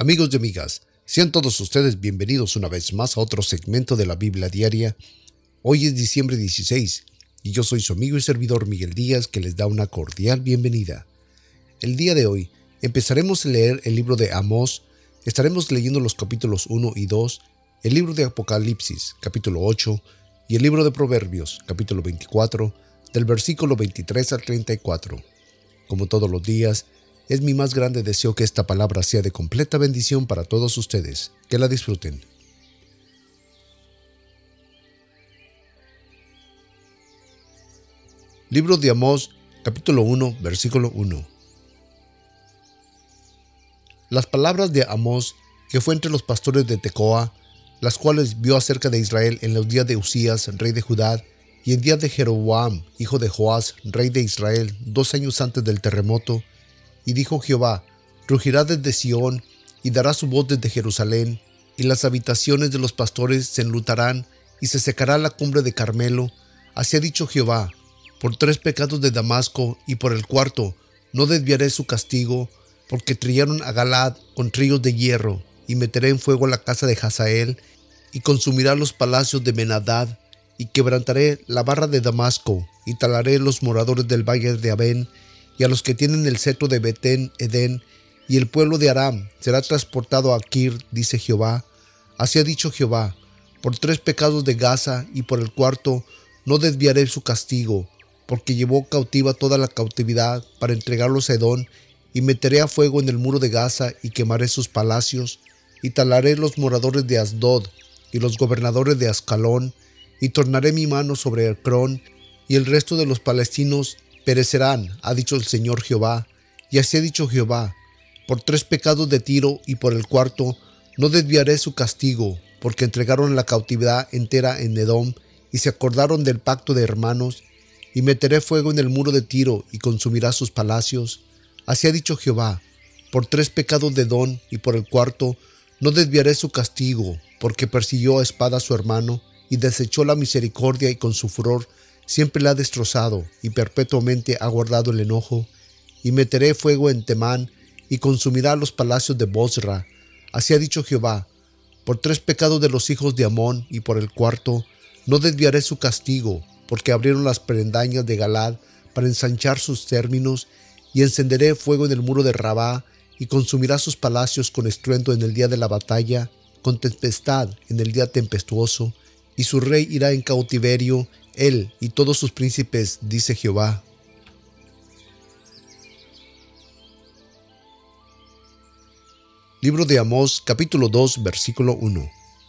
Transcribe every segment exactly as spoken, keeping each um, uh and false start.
Amigos y amigas, sean todos ustedes bienvenidos una vez más a otro segmento de la Biblia Diaria. Hoy es diciembre dieciséis y yo soy su amigo y servidor Miguel Díaz, que les da una cordial bienvenida. El día de hoy empezaremos a leer el libro de Amós. Estaremos leyendo los capítulos uno y dos, el libro de Apocalipsis, capítulo ocho, y el libro de Proverbios, capítulo veinticuatro, del versículo veintitrés al treinta y cuatro. Como todos los días, es mi más grande deseo que esta palabra sea de completa bendición para todos ustedes. Que la disfruten. Libro de Amós, capítulo uno, versículo uno. Las palabras de Amós, que fue entre los pastores de Tecoa, las cuales vio acerca de Israel en los días de Usías, rey de Judá, y en días de Jeroboam, hijo de Joás, rey de Israel, dos años antes del terremoto. Y dijo Jehová: rugirá desde Sión, y dará su voz desde Jerusalén, y las habitaciones de los pastores se enlutarán, y se secará la cumbre de Carmelo. Así ha dicho Jehová: por tres pecados de Damasco, y por el cuarto, no desviaré su castigo, porque trillaron a Galaad con trillos de hierro, y meteré en fuego la casa de Hazael, y consumirá los palacios de Ben-Hadad, y quebrantaré la barra de Damasco, y talaré los moradores del valle de Abén, y a los que tienen el cetro de Betén Edén, y el pueblo de Aram será transportado a Kir, dice Jehová. Así ha dicho Jehová: por tres pecados de Gaza, y por el cuarto, no desviaré su castigo, porque llevó cautiva toda la cautividad para entregarlos a Edom, y meteré a fuego en el muro de Gaza, y quemaré sus palacios, y talaré los moradores de Asdod, y los gobernadores de Ascalón, y tornaré mi mano sobre Ecrón, y el resto de los palestinos perecerán, ha dicho el Señor Jehová. Y así ha dicho Jehová: por tres pecados de Tiro, y por el cuarto, no desviaré su castigo, porque entregaron la cautividad entera en Edom, y se acordaron del pacto de hermanos, y meteré fuego en el muro de Tiro, y consumirá sus palacios. Así ha dicho Jehová: por tres pecados de Edom, y por el cuarto, no desviaré su castigo, porque persiguió a espada a su hermano, y desechó la misericordia, y con su furor siempre la ha destrozado, y perpetuamente ha guardado el enojo. Y meteré fuego en Temán, y consumirá los palacios de Bosra. Así ha dicho Jehová: por tres pecados de los hijos de Amón, y por el cuarto, no desviaré su castigo, porque abrieron las perendañas de Galaad para ensanchar sus términos, y encenderé fuego en el muro de Rabá, y consumirá sus palacios con estruendo en el día de la batalla, con tempestad en el día tempestuoso, y su rey irá en cautiverio, él y todos sus príncipes, dice Jehová. Libro de Amós, capítulo dos, versículo uno.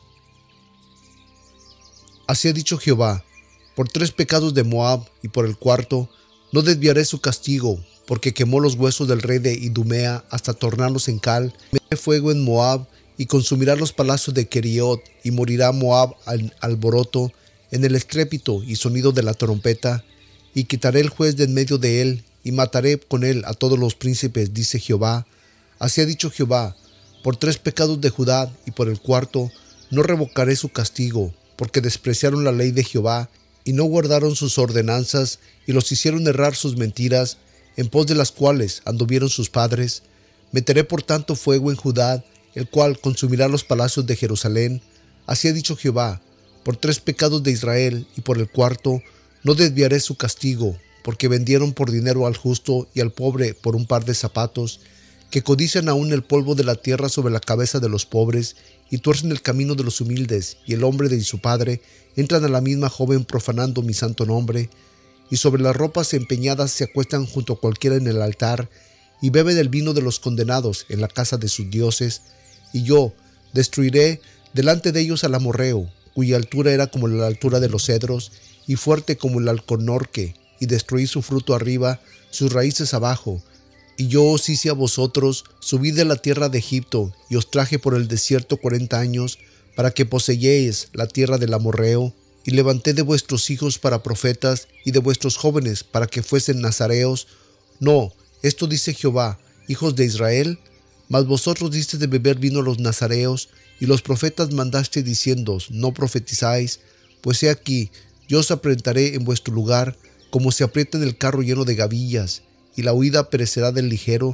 Así ha dicho Jehová: por tres pecados de Moab, y por el cuarto, no desviaré su castigo, porque quemó los huesos del rey de Idumea hasta tornarlos en cal. Meteré fuego en Moab, y consumirá los palacios de Keriot, y morirá Moab al alboroto, en el estrépito y sonido de la trompeta, y quitaré el juez de en medio de él, y mataré con él a todos los príncipes, dice Jehová. Así ha dicho Jehová: por tres pecados de Judá, y por el cuarto, no revocaré su castigo, porque despreciaron la ley de Jehová, y no guardaron sus ordenanzas, y los hicieron errar sus mentiras, en pos de las cuales anduvieron sus padres. Meteré por tanto fuego en Judá, el cual consumirá los palacios de Jerusalén. Así ha dicho Jehová: por tres pecados de Israel, y por el cuarto, no desviaré su castigo, porque vendieron por dinero al justo y al pobre por un par de zapatos, que codician aún el polvo de la tierra sobre la cabeza de los pobres, y tuercen el camino de los humildes, y el hombre de su padre entran a la misma joven profanando mi santo nombre, y sobre las ropas empeñadas se acuestan junto a cualquiera en el altar, y beben el vino de los condenados en la casa de sus dioses. Y yo destruiré delante de ellos al amorreo, cuya altura era como la altura de los cedros, y fuerte como el alcornoque, y destruí su fruto arriba, sus raíces abajo. Y yo os hice a vosotros subir de la tierra de Egipto, y os traje por el desierto cuarenta años, para que poseyéis la tierra del amorreo, y levanté de vuestros hijos para profetas, y de vuestros jóvenes para que fuesen nazareos. No, esto dice Jehová: hijos de Israel, mas vosotros disteis de beber vino a los nazareos, y los profetas mandaste diciendo: no profetizáis. Pues he aquí, yo os apretaré en vuestro lugar, como se aprieta en el carro lleno de gavillas, y la huida perecerá del ligero,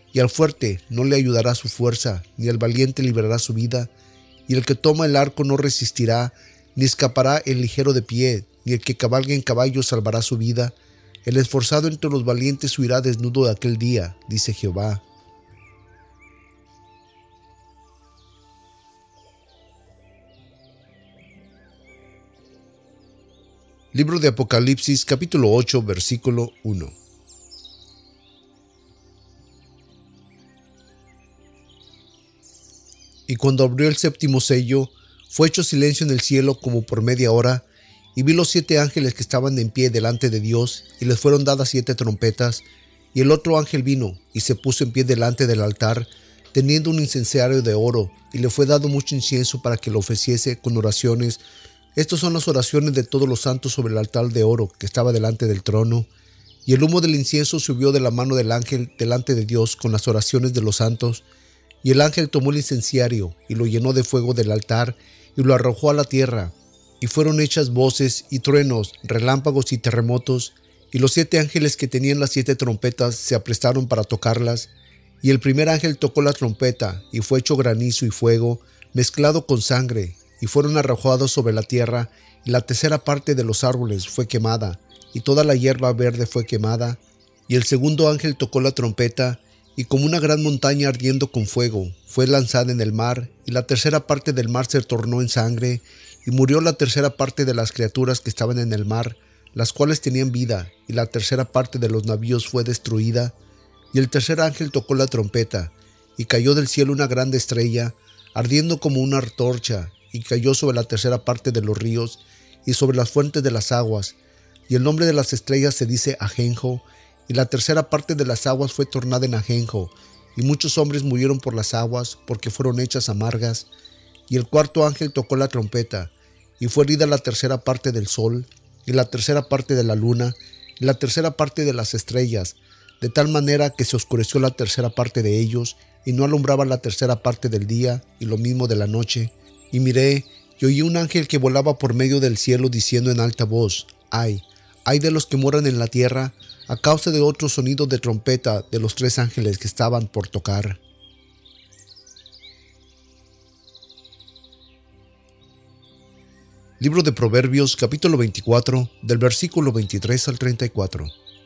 y al fuerte no le ayudará su fuerza, ni al valiente librará su vida, y el que toma el arco no resistirá, ni escapará el ligero de pie, ni el que cabalga en caballo salvará su vida. El esforzado entre los valientes huirá desnudo de aquel día, dice Jehová. Libro de Apocalipsis, capítulo ocho, versículo uno. Y cuando abrió el séptimo sello, fue hecho silencio en el cielo como por media hora, y vi los siete ángeles que estaban en pie delante de Dios, y les fueron dadas siete trompetas, y el otro ángel vino, y se puso en pie delante del altar, teniendo un incensario de oro, y le fue dado mucho incienso para que lo ofreciese con oraciones. Estas son las oraciones de todos los santos sobre el altar de oro que estaba delante del trono. Y el humo del incienso subió de la mano del ángel delante de Dios con las oraciones de los santos. Y el ángel tomó el incenciario y lo llenó de fuego del altar y lo arrojó a la tierra. Y fueron hechas voces y truenos, relámpagos y terremotos. Y los siete ángeles que tenían las siete trompetas se aprestaron para tocarlas. Y el primer ángel tocó la trompeta y fue hecho granizo y fuego, mezclado con sangre. Y fueron arrojados sobre la tierra, y la tercera parte de los árboles fue quemada, y toda la hierba verde fue quemada. Y el segundo ángel tocó la trompeta, y como una gran montaña ardiendo con fuego, fue lanzada en el mar, y la tercera parte del mar se tornó en sangre, y murió la tercera parte de las criaturas que estaban en el mar, las cuales tenían vida, y la tercera parte de los navíos fue destruida. Y el tercer ángel tocó la trompeta, y cayó del cielo una grande estrella, ardiendo como una antorcha, y cayó sobre la tercera parte de los ríos, y sobre las fuentes de las aguas. Y el nombre de las estrellas se dice ajenjo, y la tercera parte de las aguas fue tornada en ajenjo, y muchos hombres murieron por las aguas, porque fueron hechas amargas. Y el cuarto ángel tocó la trompeta, y fue herida la tercera parte del sol, y la tercera parte de la luna, y la tercera parte de las estrellas, de tal manera que se oscureció la tercera parte de ellos, y no alumbraba la tercera parte del día, y lo mismo de la noche. Y miré, y oí un ángel que volaba por medio del cielo, diciendo en alta voz: ¡Ay! ¡Ay de los que moran en la tierra, a causa de otro sonido de trompeta de los tres ángeles que estaban por tocar! Libro de Proverbios, capítulo veinticuatro, del versículo veintitrés al treinta y cuatro.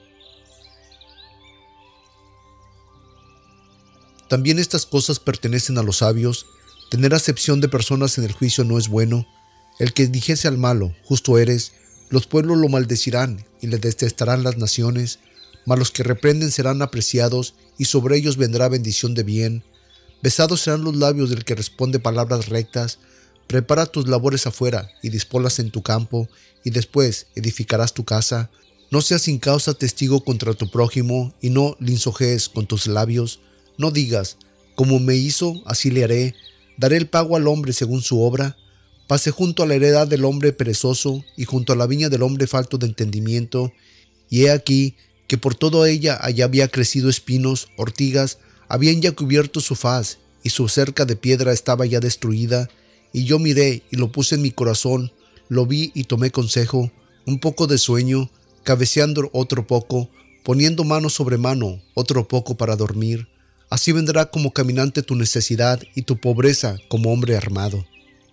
También estas cosas pertenecen a los sabios. Tener acepción de personas en el juicio no es bueno. El que dijese al malo: justo eres, los pueblos lo maldecirán y le detestarán las naciones, mas los que reprenden serán apreciados, y sobre ellos vendrá bendición de bien. Besados serán los labios del que responde palabras rectas. Prepara tus labores afuera y disponlas en tu campo, y después edificarás tu casa. No seas sin causa testigo contra tu prójimo, y no lisonjees con tus labios. No digas: como me hizo, así le haré. Daré el pago al hombre según su obra. Pasé junto a la heredad del hombre perezoso, y junto a la viña del hombre falto de entendimiento. Y he aquí que por toda ella allá había crecido espinos, ortigas, habían ya cubierto su faz, y su cerca de piedra estaba ya destruida. Y yo miré y lo puse en mi corazón, lo vi y tomé consejo, un poco de sueño, cabeceando otro poco, poniendo mano sobre mano, otro poco para dormir. Así vendrá como caminante tu necesidad y tu pobreza como hombre armado.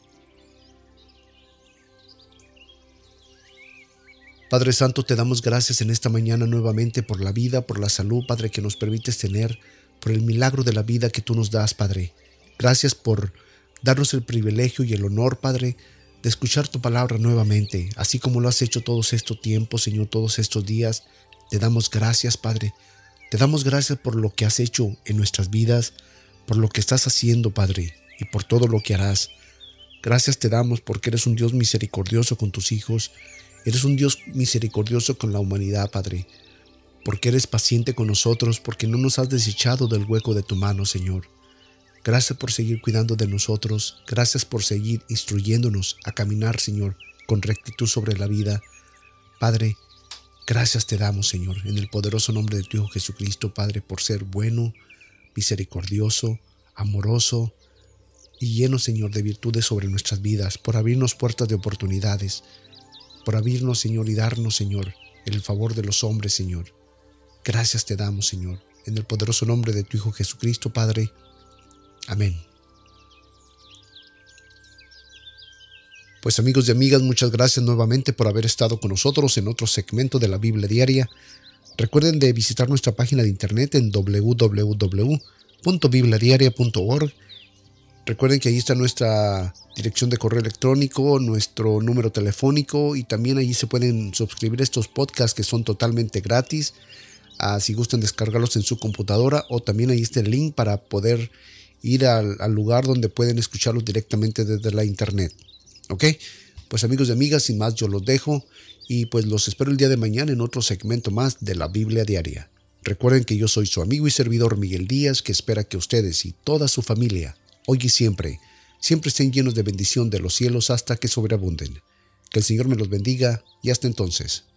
Padre Santo, te damos gracias en esta mañana nuevamente por la vida, por la salud, Padre, que nos permites tener, por el milagro de la vida que tú nos das, Padre. Gracias por darnos el privilegio y el honor, Padre, de escuchar tu palabra nuevamente, así como lo has hecho todos estos tiempos, Señor, todos estos días. Te damos gracias, Padre. Te damos gracias por lo que has hecho en nuestras vidas, por lo que estás haciendo, Padre, y por todo lo que harás. Gracias te damos porque eres un Dios misericordioso con tus hijos, eres un Dios misericordioso con la humanidad, Padre, porque eres paciente con nosotros, porque no nos has desechado del hueco de tu mano, Señor. Gracias por seguir cuidando de nosotros, gracias por seguir instruyéndonos a caminar, Señor, con rectitud sobre la vida. Padre, gracias te damos, Señor, en el poderoso nombre de tu Hijo Jesucristo, Padre, por ser bueno, misericordioso, amoroso y lleno, Señor, de virtudes sobre nuestras vidas, por abrirnos puertas de oportunidades, por abrirnos, Señor, y darnos, Señor, el favor de los hombres, Señor. Gracias te damos, Señor. en el poderoso nombre de tu Hijo Jesucristo, Padre. Amén. Pues amigos y amigas, muchas gracias nuevamente por haber estado con nosotros en otro segmento de la Biblia Diaria. Recuerden de visitar nuestra página de internet en doble u doble u doble u punto biblia diaria punto org. Recuerden que ahí está nuestra dirección de correo electrónico, nuestro número telefónico, y también allí se pueden suscribir a estos podcasts que son totalmente gratis. Ah, si gustan descargarlos en su computadora, o también ahí está el link para poder ir al, al lugar donde pueden escucharlos directamente desde la internet. Ok, pues amigos y amigas, sin más yo los dejo y pues los espero el día de mañana en otro segmento más de la Biblia Diaria. Recuerden que yo soy su amigo y servidor Miguel Díaz, que espera que ustedes y toda su familia, hoy y siempre, siempre estén llenos de bendición de los cielos hasta que sobreabunden. Que el Señor me los bendiga y hasta entonces.